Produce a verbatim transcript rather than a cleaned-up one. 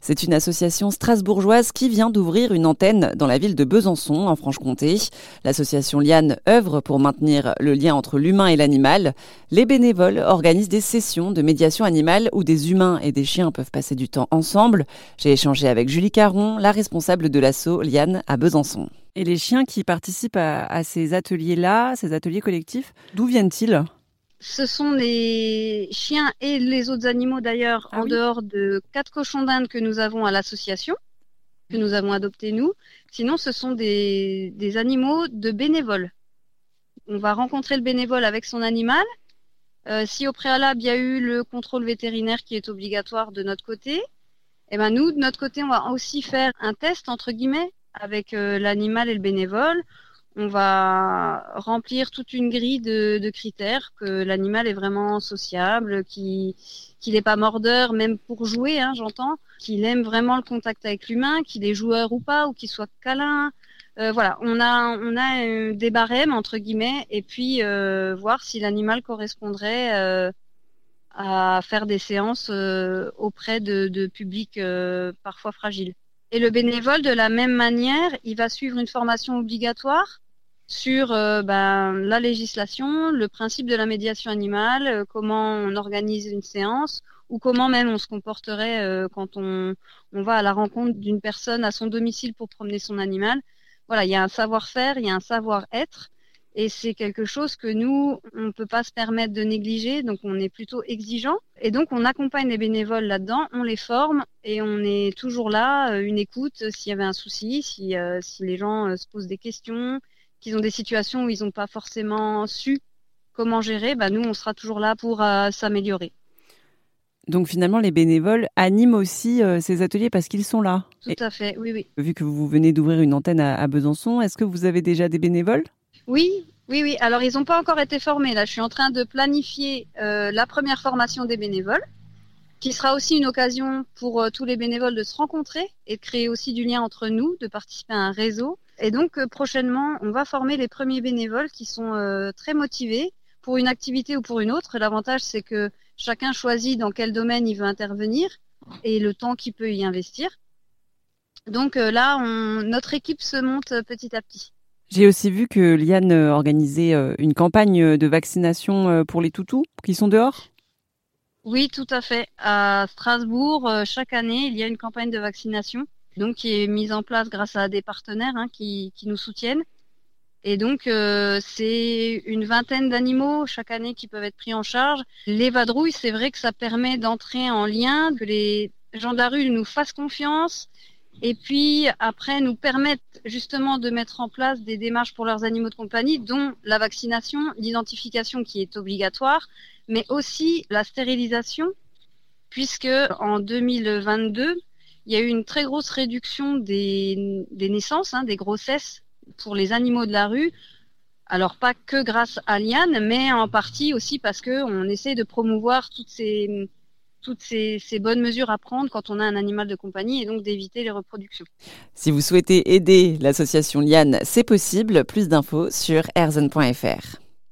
C'est une association strasbourgeoise qui vient d'ouvrir une antenne dans la ville de Besançon, en Franche-Comté. L'association Liane œuvre pour maintenir le lien entre l'humain et l'animal. Les bénévoles organisent des sessions de médiation animale où des humains et des chiens peuvent passer du temps ensemble. J'ai échangé avec Julie Caron, la responsable de l'asso Liane à Besançon. Et les chiens qui participent à, à ces ateliers-là, ces ateliers collectifs, d'où viennent-ils ? Ce sont les chiens et les autres animaux d'ailleurs, ah en oui. dehors de quatre cochons d'Inde que nous avons à l'association, que nous avons adoptés nous. Sinon, ce sont des, des animaux de bénévoles. On va rencontrer le bénévole avec son animal. Euh, si au préalable, il y a eu le contrôle vétérinaire qui est obligatoire de notre côté, eh ben nous, de notre côté, on va aussi faire un test, entre guillemets, avec euh, l'animal et le bénévole. On va remplir toute une grille de, de critères, que l'animal est vraiment sociable, qu'il qu'il n'est pas mordeur, même pour jouer, hein, j'entends, qu'il aime vraiment le contact avec l'humain, qu'il est joueur ou pas, ou qu'il soit câlin. Euh, voilà, on a on a euh, des barèmes entre guillemets, et puis euh, voir si l'animal correspondrait euh, à faire des séances euh, auprès de, de publics euh, parfois fragiles. Et le bénévole, de la même manière, il va suivre une formation obligatoire sur euh, ben, la législation, le principe de la médiation animale, euh, comment on organise une séance, ou comment même on se comporterait euh, quand on, on va à la rencontre d'une personne à son domicile pour promener son animal. Voilà, il y a un savoir-faire, il y a un savoir-être, et c'est quelque chose que nous, on ne peut pas se permettre de négliger, donc on est plutôt exigeant. Et donc on accompagne les bénévoles là-dedans, on les forme, et on est toujours là, euh, une écoute s'il y avait un souci, si, euh, si les gens euh, se posent des questions, qu'ils ont des situations où ils n'ont pas forcément su comment gérer, bah nous, on sera toujours là pour euh, s'améliorer. Donc finalement, les bénévoles animent aussi euh, ces ateliers parce qu'ils sont là. Tout Et, à fait, oui, oui. Vu que vous venez d'ouvrir une antenne à, à Besançon, est-ce que vous avez déjà des bénévoles ? Oui, oui, oui. Alors, ils n'ont pas encore été formés. Là, je suis en train de planifier euh, la première formation des bénévoles, qui sera aussi une occasion pour euh, tous les bénévoles de se rencontrer et de créer aussi du lien entre nous, de participer à un réseau. Et donc, euh, prochainement, on va former les premiers bénévoles qui sont euh, très motivés pour une activité ou pour une autre. L'avantage, c'est que chacun choisit dans quel domaine il veut intervenir et le temps qu'il peut y investir. Donc euh, là, on, notre équipe se monte euh, petit à petit. J'ai aussi vu que Liane organisait euh, une campagne de vaccination euh, pour les toutous qui sont dehors. Oui, tout à fait. À Strasbourg, euh, chaque année, il y a une campagne de vaccination, donc qui est mise en place grâce à des partenaires hein, qui, qui nous soutiennent. Et donc, euh, c'est une vingtaine d'animaux chaque année qui peuvent être pris en charge. Les vadrouilles, c'est vrai que ça permet d'entrer en lien, que les gens de la rue nous fassent confiance et puis après nous permettent justement de mettre en place des démarches pour leurs animaux de compagnie, dont la vaccination, l'identification qui est obligatoire, mais aussi la stérilisation, puisque en deux mille vingt-deux, il y a eu une très grosse réduction des, des naissances, hein, des grossesses pour les animaux de la rue. Alors pas que grâce à Liane, mais en partie aussi parce que on essaie de promouvoir toutes ces toutes ces, ces bonnes mesures à prendre quand on a un animal de compagnie et donc d'éviter les reproductions. Si vous souhaitez aider l'association Liane, c'est possible. Plus d'infos sur airzone point f r.